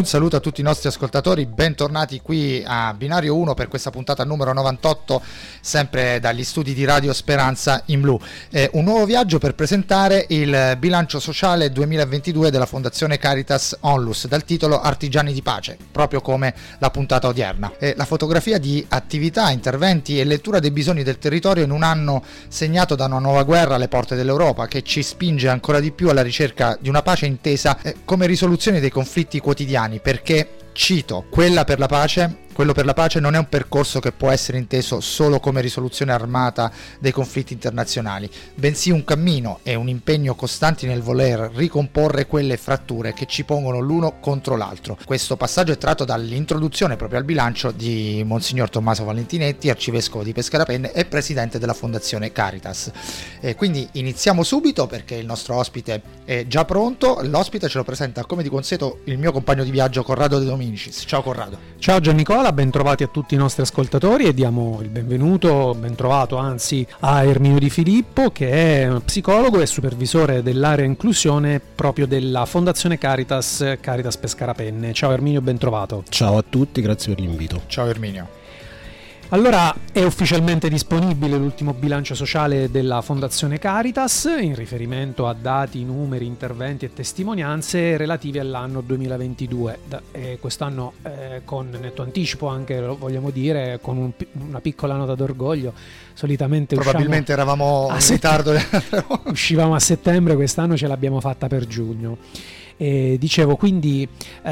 Un saluto a tutti i nostri ascoltatori, bentornati qui a Binario 1 per questa puntata numero 98, sempre dagli studi di Radio Speranza in Blu. Un nuovo viaggio per presentare il bilancio sociale 2022 della Fondazione Caritas Onlus, dal titolo Artigiani di Pace, proprio come la puntata odierna. La fotografia di attività, interventi e lettura dei bisogni del territorio in un anno segnato da una nuova guerra alle porte dell'Europa, che ci spinge ancora di più alla ricerca di una pace intesa come risoluzione dei conflitti quotidiani, perché, cito, quello per la pace non è un percorso che può essere inteso solo come risoluzione armata dei conflitti internazionali, bensì un cammino e un impegno costanti nel voler ricomporre quelle fratture che ci pongono l'uno contro l'altro. Questo passaggio è tratto dall'introduzione proprio al bilancio di Monsignor Tommaso Valentinetti, arcivescovo di Pescarapenne e presidente della Fondazione Caritas. Quindi iniziamo subito, perché il nostro ospite è già pronto. L'ospite ce lo presenta come di consueto il mio compagno di viaggio Corrado De Dominicis. Ciao Corrado. Ciao Giannicola. Bentrovati a tutti i nostri ascoltatori e diamo il bentrovato anzi a Erminio Di Filippo, che è psicologo e supervisore dell'area inclusione proprio della Fondazione Caritas Pescarapenne. Ciao Erminio, bentrovato. Ciao a tutti, grazie per l'invito. Ciao Erminio. Allora, è ufficialmente disponibile l'ultimo bilancio sociale della Fondazione Caritas in riferimento a dati, numeri, interventi e testimonianze relativi all'anno 2022. Quest'anno con netto anticipo, anche lo vogliamo dire, con una piccola nota d'orgoglio. Solitamente probabilmente eravamo in ritardo. Uscivamo a settembre, quest'anno ce l'abbiamo fatta per giugno. Dicevo quindi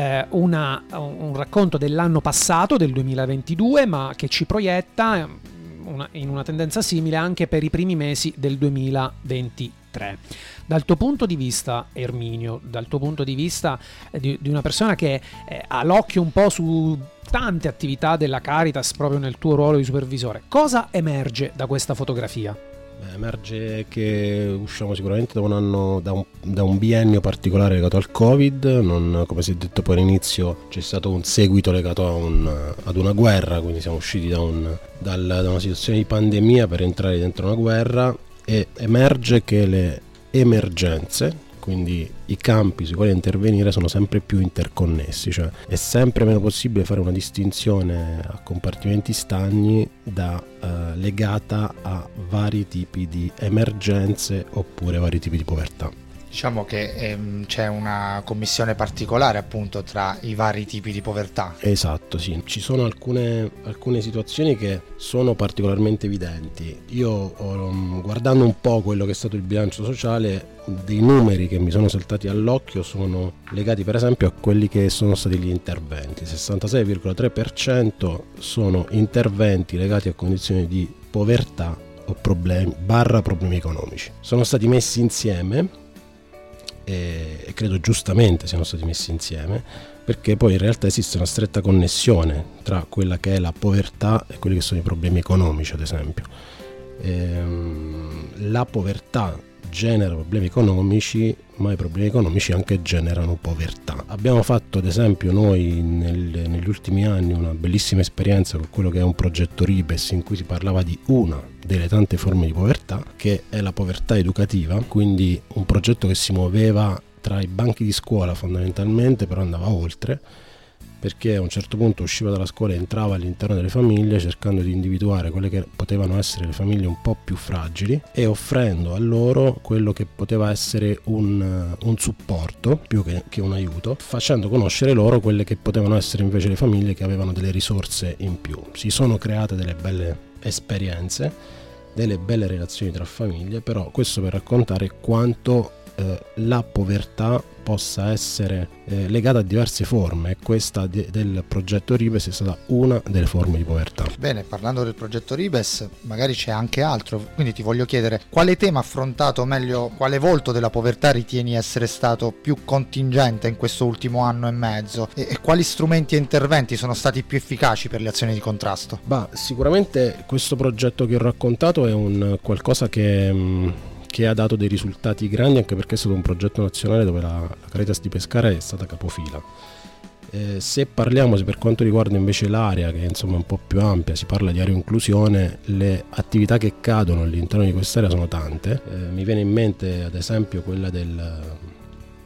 un racconto dell'anno passato, del 2022, ma che ci proietta in una tendenza simile anche per i primi mesi del 2023. Dal tuo punto di vista, Erminio, dal tuo punto di vista di una persona che ha l'occhio un po' su tante attività della Caritas proprio nel tuo ruolo di supervisore, cosa emerge da questa fotografia? Emerge che usciamo sicuramente da un anno, da un biennio particolare legato al Covid. Non, come si è detto poi all'inizio, c'è stato un seguito legato ad una guerra, quindi siamo usciti da una situazione di pandemia per entrare dentro una guerra, e emerge che le emergenze, quindi i campi sui quali intervenire, sono sempre più interconnessi, cioè è sempre meno possibile fare una distinzione a compartimenti stagni legata a vari tipi di emergenze oppure vari tipi di povertà. Diciamo che c'è una commissione particolare appunto tra i vari tipi di povertà. Esatto, sì. Ci sono alcune situazioni che sono particolarmente evidenti. Io, guardando un po' quello che è stato il bilancio sociale, dei numeri che mi sono saltati all'occhio sono legati per esempio a quelli che sono stati gli interventi. 66,3% sono interventi legati a condizioni di povertà o problemi economici. Sono stati messi insieme e credo giustamente siano stati messi insieme, perché poi in realtà esiste una stretta connessione tra quella che è la povertà e quelli che sono i problemi economici, ad esempio. La povertà genera problemi economici, ma i problemi economici anche generano povertà. Abbiamo fatto ad esempio noi negli ultimi anni una bellissima esperienza con quello che è un progetto Ribes, in cui si parlava di una delle tante forme di povertà, che è la povertà educativa, quindi un progetto che si muoveva tra i banchi di scuola fondamentalmente, però andava oltre, perché a un certo punto usciva dalla scuola e entrava all'interno delle famiglie, cercando di individuare quelle che potevano essere le famiglie un po' più fragili e offrendo a loro quello che poteva essere un supporto più che un aiuto, facendo conoscere loro quelle che potevano essere invece le famiglie che avevano delle risorse in più. Si sono create delle belle esperienze, delle belle relazioni tra famiglie, però questo per raccontare quanto la povertà possa essere legata a diverse forme, e questa del progetto Ribes è stata una delle forme di povertà. Bene, parlando del progetto Ribes, magari c'è anche altro, quindi ti voglio chiedere quale tema affrontato, o meglio quale volto della povertà ritieni essere stato più contingente in questo ultimo anno e mezzo, e quali strumenti e interventi sono stati più efficaci per le azioni di contrasto? Sicuramente questo progetto che ho raccontato è un qualcosa che ha dato dei risultati grandi, anche perché è stato un progetto nazionale dove la Caritas di Pescara è stata capofila. Se parliamo, per quanto riguarda invece l'area, che insomma è un po' più ampia, si parla di area inclusione, le attività che cadono all'interno di quest'area sono tante. Mi viene in mente ad esempio quella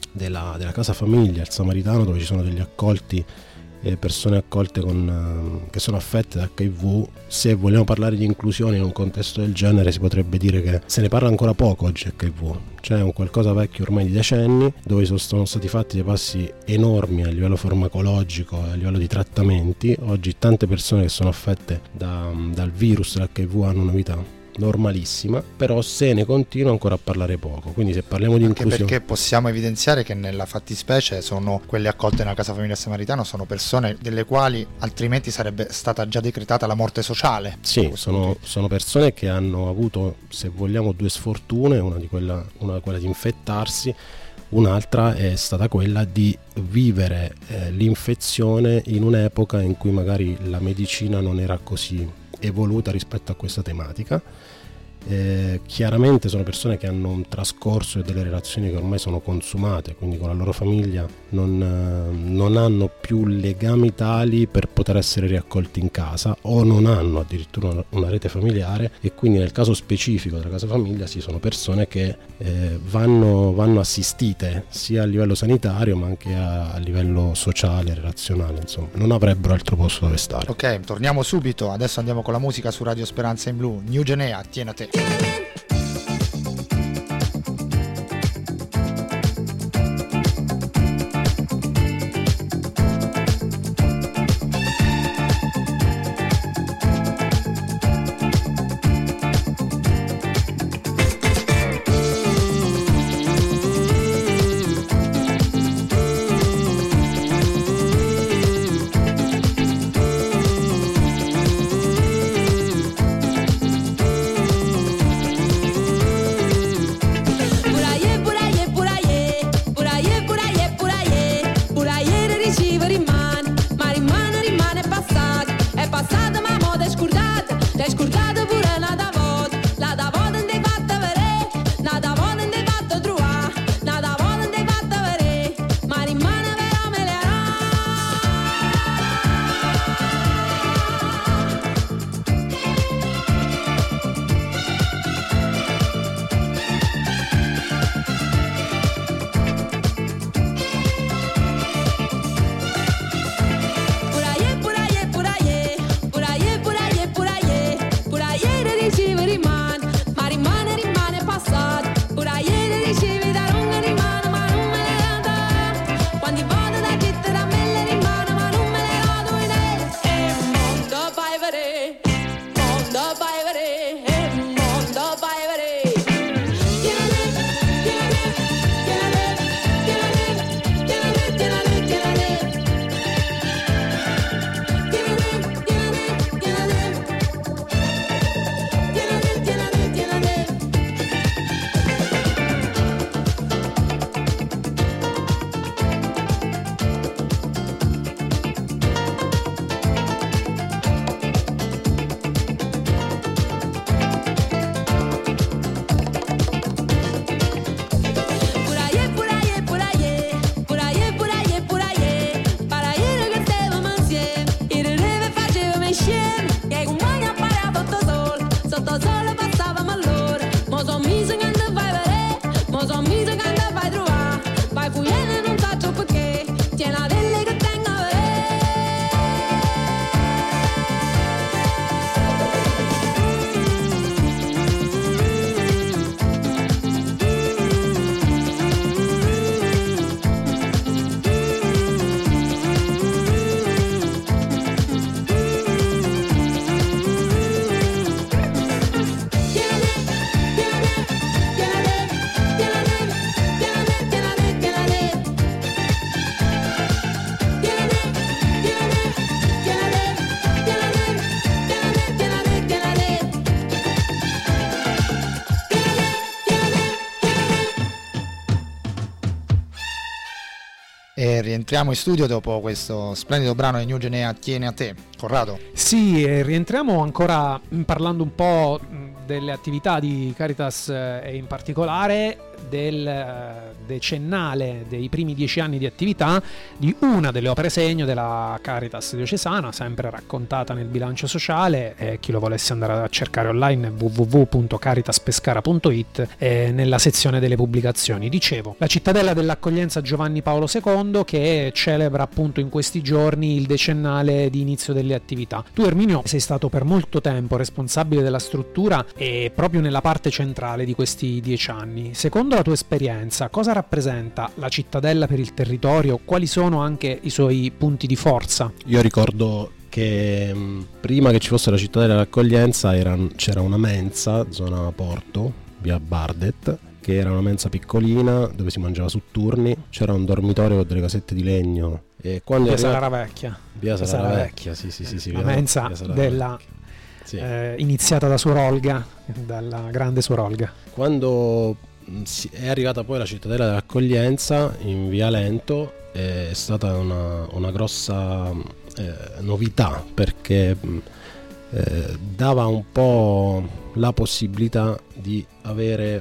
della casa famiglia, il Samaritano, dove ci sono degli accolti, persone accolte che sono affette da HIV. Se vogliamo parlare di inclusione in un contesto del genere, si potrebbe dire che se ne parla ancora poco oggi HIV, cioè è un qualcosa vecchio ormai di decenni, dove sono stati fatti dei passi enormi a livello farmacologico e a livello di trattamenti. Oggi tante persone che sono affette dal virus dell'HIV hanno una vita normalissima, però se ne continua ancora a parlare poco. Quindi se parliamo di inclusione, perché possiamo evidenziare che nella fattispecie sono quelle accolte nella casa famiglia Samaritano, sono persone delle quali altrimenti sarebbe stata già decretata la morte sociale. Sì, sono persone che hanno avuto, se vogliamo, due sfortune, una quella di infettarsi, un'altra è stata quella di vivere l'infezione in un'epoca in cui magari la medicina non era così evoluta rispetto a questa tematica. Chiaramente sono persone che hanno un trascorso e delle relazioni che ormai sono consumate, quindi con la loro famiglia non hanno più legami tali per poter essere riaccolti in casa, o non hanno addirittura una rete familiare, e quindi nel caso specifico della casa famiglia sono persone che vanno assistite sia a livello sanitario ma anche a livello sociale, relazionale, insomma non avrebbero altro posto dove stare. Ok, torniamo subito, adesso andiamo con la musica su Radio Speranza in Blu. New Genea, tieni a te. E rientriamo in studio dopo questo splendido brano di New Genea, Tieni a te. Corrado? Sì, rientriamo ancora parlando un po' delle attività di Caritas e in particolare del decennale dei primi 10 anni di attività di una delle opere segno della Caritas diocesana, sempre raccontata nel bilancio sociale. Chi lo volesse andare a cercare online, www.caritaspescara.it, nella sezione delle pubblicazioni. Dicevo, la cittadella dell'accoglienza Giovanni Paolo II, che celebra appunto in questi giorni il decennale di inizio delle attività. Tu, Erminio, sei stato per molto tempo responsabile della struttura e proprio nella parte centrale di questi 10 anni. Secondo la tua esperienza, cosa rappresenta la cittadella per il territorio? Quali sono anche i suoi punti di forza? Io ricordo che prima che ci fosse la cittadella dell'accoglienza c'era una mensa, zona Porto, via Bardet, che era una mensa piccolina dove si mangiava su turni, c'era un dormitorio con delle casette di legno. E quando Via Saravecchia. Via Saravecchia, sì, la mensa della iniziata da Suor Olga, dalla grande Suor Olga. Quando è arrivata poi la cittadella dell'accoglienza in via Lento, è stata una grossa novità, perché dava un po' la possibilità di avere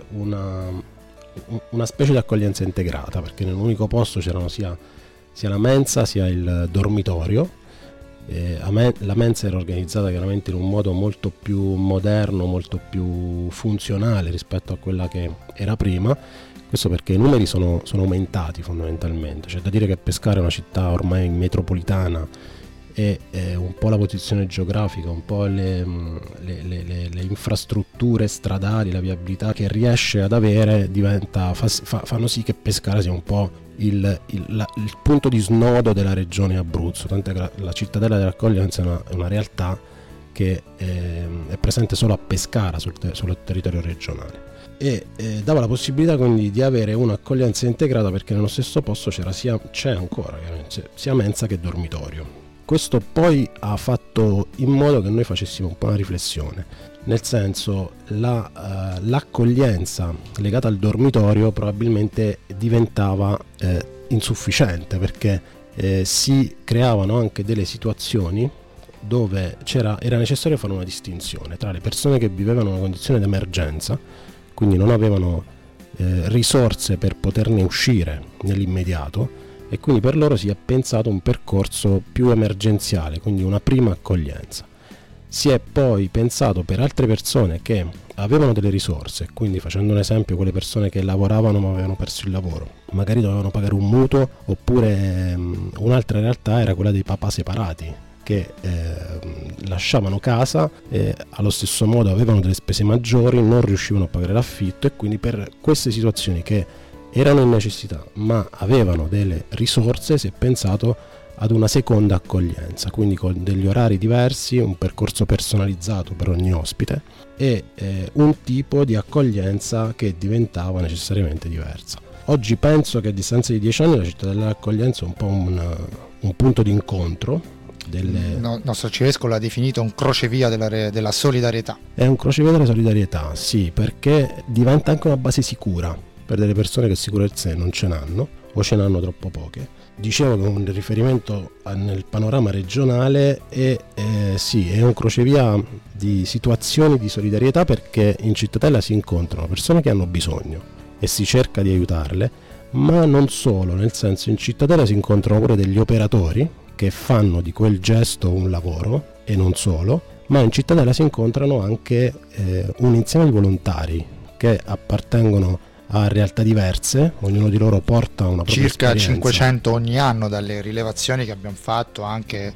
una specie di accoglienza integrata, perché in un unico posto c'erano sia la mensa sia il dormitorio. La mensa era organizzata chiaramente in un modo molto più moderno, molto più funzionale rispetto a quella che era prima. Questo perché i numeri sono aumentati fondamentalmente. C'è da dire che Pescara è una città ormai metropolitana e un po' la posizione geografica, un po' le infrastrutture stradali, la viabilità che riesce ad avere fanno sì che Pescara sia un po' il punto di snodo della regione Abruzzo, tant'è che la cittadella dell'accoglienza è una realtà che è presente solo a Pescara sul territorio regionale, e dava la possibilità quindi di avere un'accoglienza integrata, perché nello stesso posto c'è ancora sia mensa che dormitorio. Questo poi ha fatto in modo che noi facessimo un po' una riflessione, nel senso l'accoglienza legata al dormitorio probabilmente diventava insufficiente, perché si creavano anche delle situazioni dove era necessario fare una distinzione tra le persone che vivevano una condizione di emergenza, quindi non avevano risorse per poterne uscire nell'immediato, e quindi per loro si è pensato un percorso più emergenziale, quindi una prima accoglienza. Si è poi pensato per altre persone che avevano delle risorse, quindi facendo un esempio, quelle persone che lavoravano ma avevano perso il lavoro, magari dovevano pagare un mutuo, oppure un'altra realtà era quella dei papà separati che lasciavano casa e allo stesso modo avevano delle spese maggiori, non riuscivano a pagare l'affitto, e quindi per queste situazioni che erano in necessità ma avevano delle risorse si è pensato ad una seconda accoglienza, quindi con degli orari diversi, un percorso personalizzato per ogni ospite e un tipo di accoglienza che diventava necessariamente diversa. Oggi penso che a distanza di 10 anni la cittadella dell'accoglienza è un po' un punto di incontro. Il nostro arcivescovo l'ha definito un crocevia della solidarietà. È un crocevia della solidarietà, sì, perché diventa anche una base sicura per delle persone che sicurezze non ce n'hanno o ce n'hanno troppo poche. Dicevo che un riferimento nel panorama regionale è un crocevia di situazioni di solidarietà, perché in cittadella si incontrano persone che hanno bisogno e si cerca di aiutarle, ma non solo, nel senso, in cittadella si incontrano pure degli operatori che fanno di quel gesto un lavoro, e non solo, ma in cittadella si incontrano anche un insieme di volontari che appartengono a realtà diverse, ognuno di loro porta una propria circa esperienza. 500 ogni anno dalle rilevazioni che abbiamo fatto anche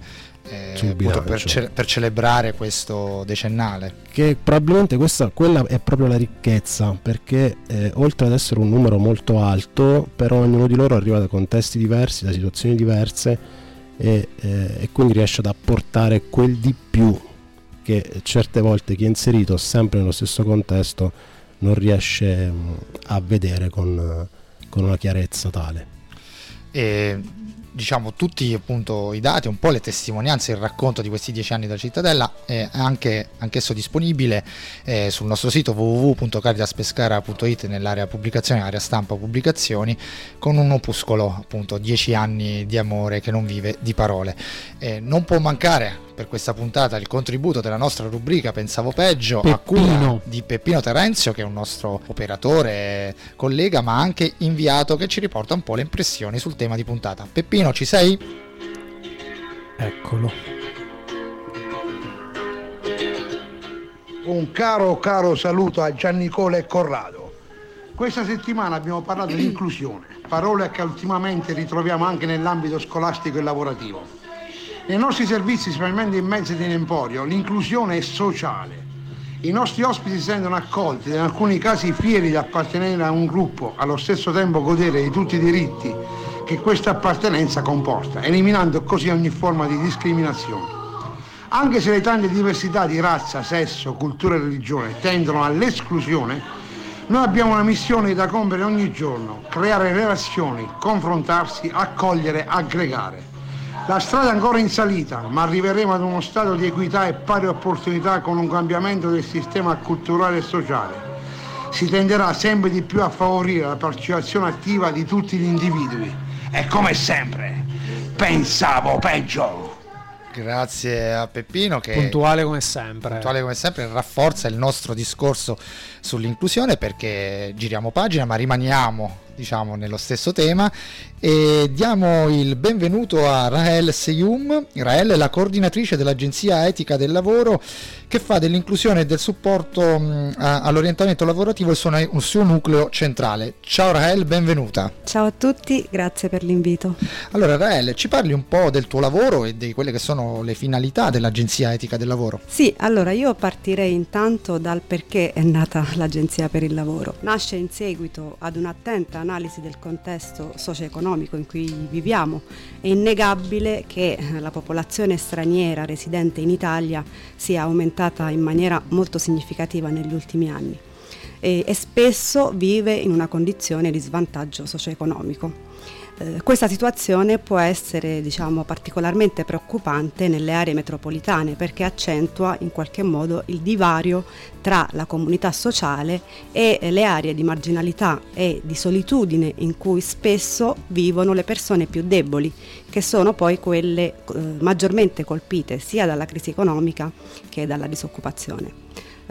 per celebrare questo decennale, che probabilmente quella è proprio la ricchezza, perché oltre ad essere un numero molto alto, però ognuno di loro arriva da contesti diversi, da situazioni diverse, e quindi riesce ad apportare quel di più che certe volte chi è inserito sempre nello stesso contesto non riesce a vedere con una chiarezza tale. E diciamo tutti appunto i dati, un po' le testimonianze, il racconto di questi 10 anni della cittadella è anch'esso disponibile sul nostro sito www.caritaspescara.it nell'area pubblicazioni, area stampa pubblicazioni, con un opuscolo appunto 10 anni di amore che non vive di parole. Non può mancare per questa puntata il contributo della nostra rubrica Pensavo Peggio, Peppino. a cura di Peppino Terenzio, che è un nostro operatore, collega, ma anche inviato, che ci riporta un po' le impressioni sul tema di puntata. Peppino, ci sei? Eccolo. Un caro saluto a Giannicola e Corrado. Questa settimana abbiamo parlato di inclusione, parole che ultimamente ritroviamo anche nell'ambito scolastico e lavorativo. Nei nostri servizi, specialmente in mezzo ed in emporio, l'inclusione è sociale. I nostri ospiti si sentono accolti ed in alcuni casi fieri di appartenere a un gruppo, allo stesso tempo godere di tutti i diritti che questa appartenenza comporta, eliminando così ogni forma di discriminazione. Anche se le tante diversità di razza, sesso, cultura e religione tendono all'esclusione, noi abbiamo una missione da compiere ogni giorno: creare relazioni, confrontarsi, accogliere, aggregare. La strada è ancora in salita, ma arriveremo ad uno stato di equità e pari opportunità con un cambiamento del sistema culturale e sociale. Si tenderà sempre di più a favorire la partecipazione attiva di tutti gli individui. E come sempre, pensavo peggio. Grazie a Peppino, che Puntuale come sempre, rafforza il nostro discorso sull'inclusione, perché giriamo pagina ma rimaniamo, diciamo, nello stesso tema, e diamo il benvenuto a Rahel Seyum. Rahel è la coordinatrice dell'Agenzia Etica del Lavoro, che fa dell'inclusione e del supporto all'orientamento lavorativo il suo nucleo centrale. Ciao Rahel, benvenuta. Ciao a tutti, grazie per l'invito. Allora Rahel, ci parli un po' del tuo lavoro e di quelle che sono le finalità dell'Agenzia Etica del Lavoro? Sì, allora io partirei intanto dal perché è nata l'Agenzia per il Lavoro. Nasce in seguito ad un'attenta analisi del contesto socio-economico in cui viviamo. È innegabile che la popolazione straniera residente in Italia sia aumentata in maniera molto significativa negli ultimi anni e spesso vive in una condizione di svantaggio socio-economico. Questa situazione può essere, particolarmente preoccupante nelle aree metropolitane, perché accentua in qualche modo il divario tra la comunità sociale e le aree di marginalità e di solitudine in cui spesso vivono le persone più deboli, che sono poi quelle maggiormente colpite sia dalla crisi economica che dalla disoccupazione.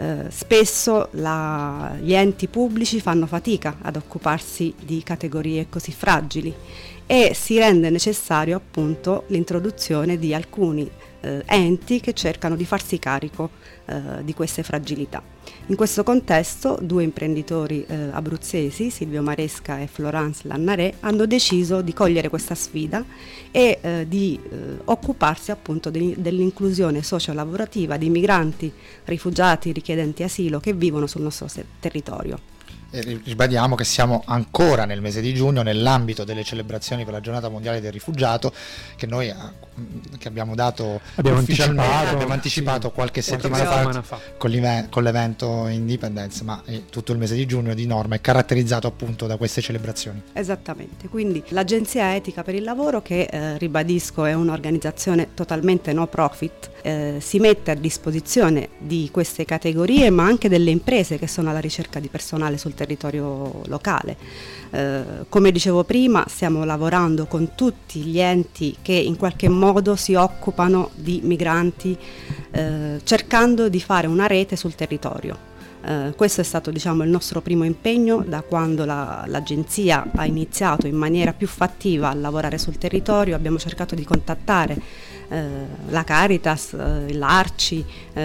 Spesso gli enti pubblici fanno fatica ad occuparsi di categorie così fragili e si rende necessario appunto l'introduzione di alcuni enti che cercano di farsi carico di queste fragilità. In questo contesto 2 imprenditori abruzzesi, Silvio Maresca e Florence Lannaré, hanno deciso di cogliere questa sfida e di occuparsi appunto dell'inclusione socio-lavorativa di migranti, rifugiati, richiedenti asilo che vivono sul nostro territorio. Ribadiamo che siamo ancora nel mese di giugno, nell'ambito delle celebrazioni per la giornata mondiale del rifugiato, che noi che abbiamo anticipato sì, qualche settimana fa con l'evento Independence, ma tutto il mese di giugno di norma è caratterizzato appunto da queste celebrazioni. Esattamente, quindi l'Agenzia Etica per il Lavoro, che ribadisco è un'organizzazione totalmente no profit, si mette a disposizione di queste categorie ma anche delle imprese che sono alla ricerca di personale sul territorio locale. Come dicevo prima, stiamo lavorando con tutti gli enti che in qualche modo si occupano di migranti, cercando di fare una rete sul territorio. Questo è stato il nostro primo impegno da quando l'agenzia ha iniziato in maniera più fattiva a lavorare sul territorio. Abbiamo cercato di contattare la Caritas, l'Arci,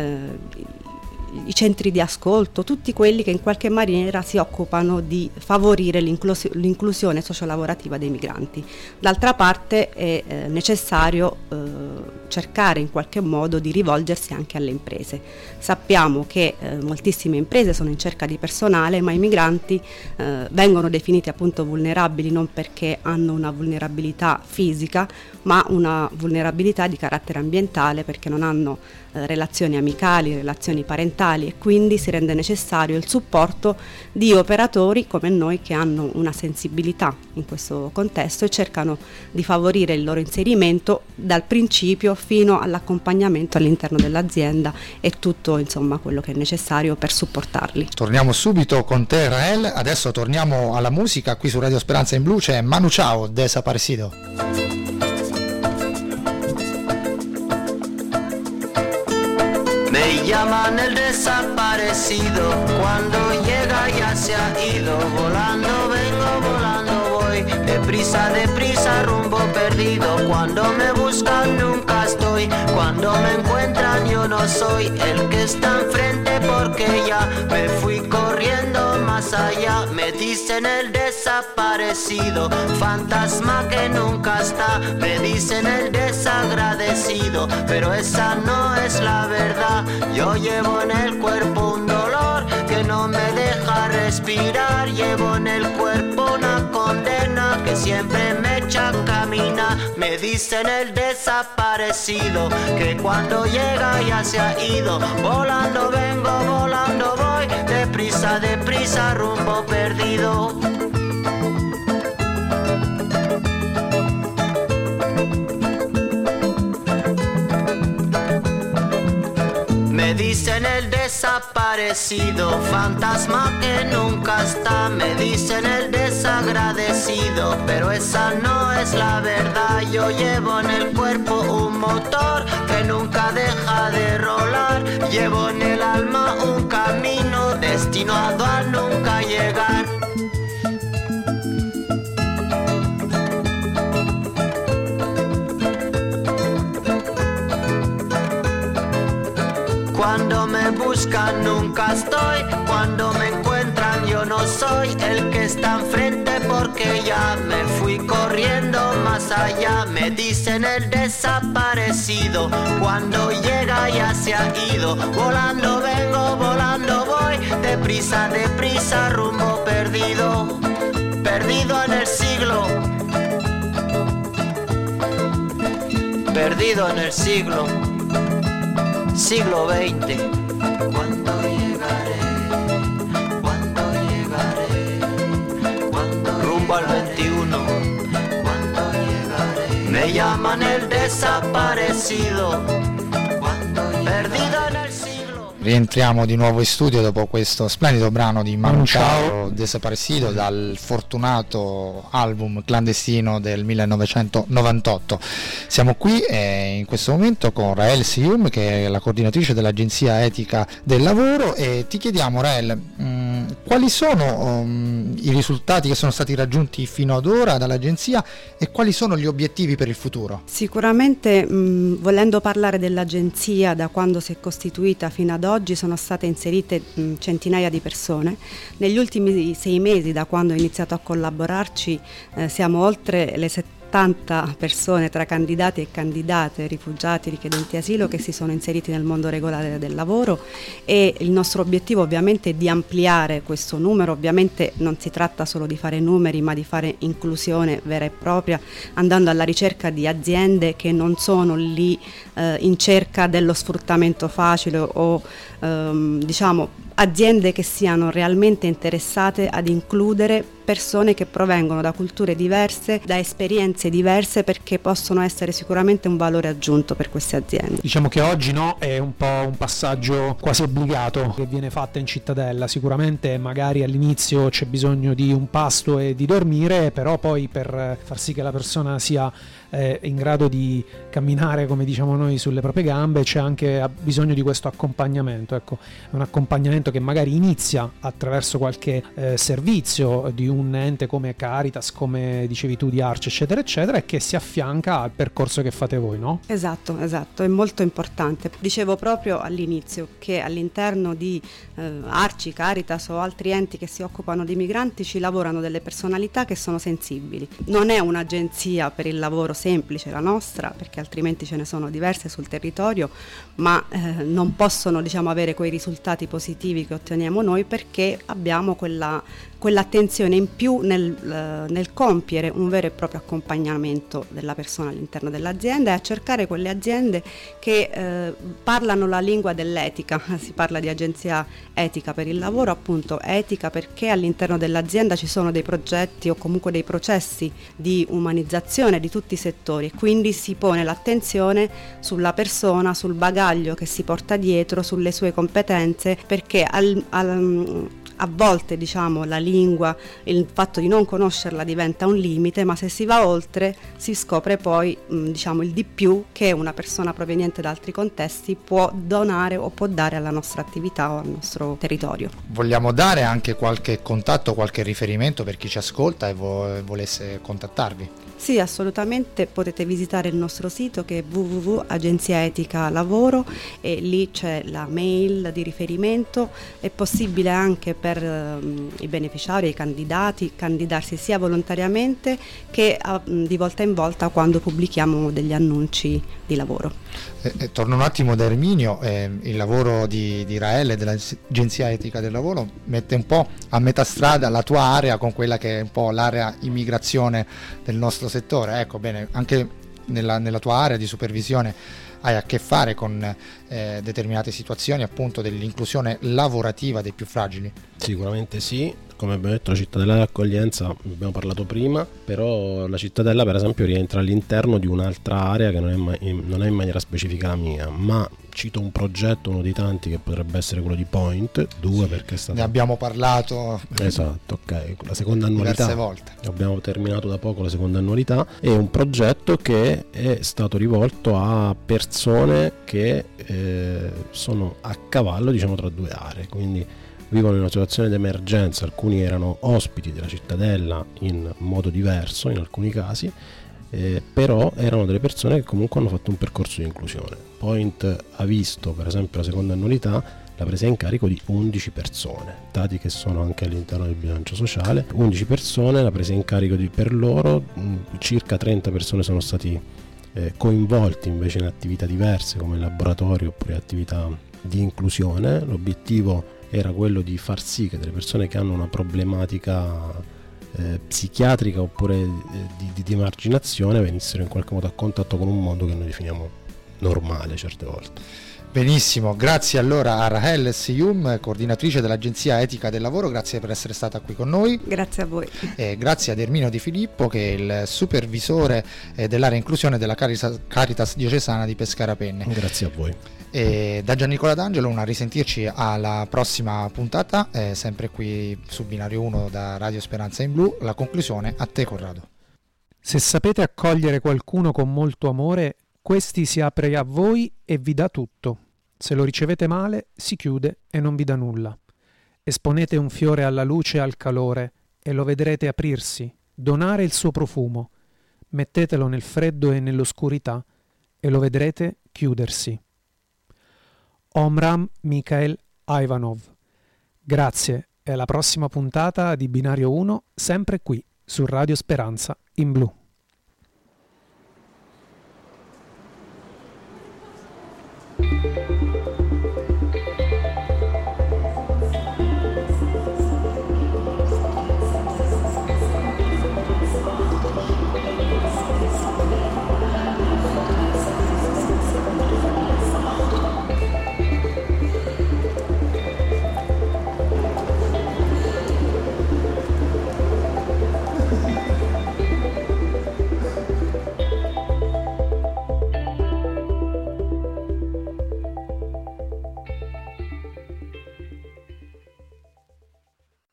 i centri di ascolto, tutti quelli che in qualche maniera si occupano di favorire l'inclusione sociolavorativa dei migranti. D'altra parte è necessario cercare in qualche modo di rivolgersi anche alle imprese. Sappiamo che moltissime imprese sono in cerca di personale, ma i migranti vengono definiti appunto vulnerabili non perché hanno una vulnerabilità fisica, ma una vulnerabilità di carattere ambientale, perché non hanno relazioni amicali, relazioni parentali, e quindi si rende necessario il supporto di operatori come noi che hanno una sensibilità in questo contesto e cercano di favorire il loro inserimento dal principio fino all'accompagnamento all'interno dell'azienda e tutto quello che è necessario per supportarli. Torniamo subito con te Rahel, adesso torniamo alla musica. Qui su Radio Speranza in Blu c'è Manu Chao, Desaparecido. Le llaman el desaparecido, cuando llega ya se ha ido. Volando vengo, volando voy, deprisa, rumbo perdido. Cuando me buscan nunca estoy, cuando me encuentran yo no soy el que está enfrente, porque ya me fui corriendo más allá. Me dicen el desaparecido, fantasma que nunca está. Me dicen el desagradecido, pero esa no es la verdad. Yo llevo en el cuerpo un dolor que no me deja respirar. Llevo en el cuerpo una condena que siempre me echa a caminar. Me dicen el desaparecido, que cuando llega ya se ha ido. Volando vengo, volando voy, deprisa, rumbo perdido. Me dicen el desaparecido, fantasma que nunca está. Me dicen el desagradecido, pero esa no es la verdad. Yo llevo en el cuerpo un motor que nunca deja de rolar. Llevo en el alma un camino destinado a nunca llegar. Cuando me buscan nunca estoy, cuando me encuentran yo no soy el que está enfrente, porque ya me fui corriendo más allá. Me dicen el desaparecido, cuando llega ya se ha ido. Volando vengo, volando voy, deprisa, rumbo perdido. Perdido en el siglo, perdido en el siglo. Siglo XX. ¿Cuándo llegaré? ¿Cuándo llegaré? ¿Cuándo rumbo al 21? ¿Cuándo llegaré? Me llaman el desaparecido. Perdido en el siglo. Rientriamo di nuovo in studio dopo questo splendido brano di Manu Chao, Desaparecido, dal fortunato album clandestino del 1998. Siamo qui in questo momento con Rael Sium, che è la coordinatrice dell'Agenzia Etica del Lavoro, e ti chiediamo, Rael, quali sono i risultati che sono stati raggiunti fino ad ora dall'Agenzia e quali sono gli obiettivi per il futuro? Sicuramente, volendo parlare dell'Agenzia, da quando si è costituita fino ad oggi sono state inserite centinaia di persone. Negli ultimi 6 mesi, da quando ho iniziato a collaborarci, siamo oltre le 70 persone tra candidati e candidate, rifugiati, richiedenti asilo, che si sono inseriti nel mondo regolare del lavoro, e il nostro obiettivo ovviamente è di ampliare questo numero. Ovviamente non si tratta solo di fare numeri, ma di fare inclusione vera e propria, andando alla ricerca di aziende che non sono lì in cerca dello sfruttamento facile o diciamo aziende che siano realmente interessate ad includere persone che provengono da culture diverse, da esperienze diverse, perché possono essere sicuramente un valore aggiunto per queste aziende. Diciamo che oggi è un po' un passaggio quasi obbligato che viene fatto in cittadella. Sicuramente magari all'inizio c'è bisogno di un pasto e di dormire, però poi per far sì che la persona sia in grado di camminare, come diciamo noi, sulle proprie gambe, c'è anche bisogno di questo accompagnamento. Ecco, è un accompagnamento che magari inizia attraverso qualche servizio di un ente come Caritas, come dicevi tu, di Arci, eccetera eccetera, e che si affianca al percorso che fate voi, no? Esatto, è molto importante. Dicevo proprio all'inizio che all'interno di Arci, Caritas o altri enti che si occupano di migranti ci lavorano delle personalità che sono sensibili. Non è un'agenzia per il lavoro semplice la nostra, perché altrimenti ce ne sono diverse sul territorio, ma non possono, diciamo, avere quei risultati positivi che otteniamo noi, perché abbiamo quell'attenzione in più nel compiere un vero e proprio accompagnamento della persona all'interno dell'azienda, e a cercare quelle aziende che parlano la lingua dell'etica. Si parla di agenzia etica per il lavoro, appunto etica perché all'interno dell'azienda ci sono dei progetti o comunque dei processi di umanizzazione di tutti i settori, e quindi si pone l'attenzione sulla persona, sul bagaglio che si porta dietro, sulle sue competenze, perché a volte diciamo la lingua, il fatto di non conoscerla diventa un limite, ma se si va oltre si scopre poi diciamo il di più che una persona proveniente da altri contesti può donare o può dare alla nostra attività o al nostro territorio. Vogliamo dare anche qualche contatto, qualche riferimento per chi ci ascolta e volesse contattarvi? Sì, assolutamente, potete visitare il nostro sito che è www.agenzia etica lavoro e lì c'è la mail di riferimento. È possibile anche per i beneficiari, i candidati, candidarsi sia volontariamente che di volta in volta quando pubblichiamo degli annunci di lavoro. Torno un attimo da Erminio, il lavoro di Rael e dell'Agenzia Etica del Lavoro mette un po' a metà strada la tua area con quella che è un po' l'area immigrazione del nostro settore. Ecco, bene, anche nella tua area di supervisione hai a che fare con determinate situazioni appunto dell'inclusione lavorativa dei più fragili. Sicuramente sì, come abbiamo detto la cittadella dell'accoglienza, abbiamo parlato prima, però la cittadella per esempio rientra all'interno di un'altra area che non è in maniera specifica la mia, ma cito un progetto, uno dei tanti che potrebbe essere quello di Point, perché è stato... Ne abbiamo parlato. Esatto, ok, la seconda annualità. Diverse volte. Abbiamo terminato da poco la seconda annualità, è un progetto che è stato rivolto a persone che sono a cavallo diciamo tra due aree, quindi vivono in una situazione di emergenza, alcuni erano ospiti della cittadella in modo diverso in alcuni casi, però erano delle persone che comunque hanno fatto un percorso di inclusione. Point ha visto per esempio la seconda annualità la presa in carico di 11 persone, dati che sono anche all'interno del bilancio sociale, 11 persone, la presa in carico per loro, circa 30 persone sono stati coinvolti invece in attività diverse come laboratori oppure attività di inclusione. L'obiettivo era quello di far sì che delle persone che hanno una problematica psichiatrica oppure di emarginazione venissero in qualche modo a contatto con un mondo che noi definiamo normale certe volte. Benissimo, grazie allora a Rahel Siyum, coordinatrice dell'Agenzia Etica del Lavoro, grazie per essere stata qui con noi. Grazie a voi. Grazie ad Erminio Di Filippo che è il supervisore dell'area inclusione della Caritas Diocesana di Pescara Penne. Grazie a voi. Da Giannicola D'Angelo, a risentirci alla prossima puntata, sempre qui su Binario 1 da Radio Speranza in Blu. La conclusione a te, Corrado. Se sapete accogliere qualcuno con molto amore, questi si apre a voi e vi dà tutto. Se lo ricevete male, si chiude e non vi dà nulla. Esponete un fiore alla luce e al calore e lo vedrete aprirsi, donare il suo profumo. Mettetelo nel freddo e nell'oscurità e lo vedrete chiudersi. Omram Mikhail Ivanov. Grazie e alla prossima puntata di Binario 1, sempre qui su Radio Speranza in Blu.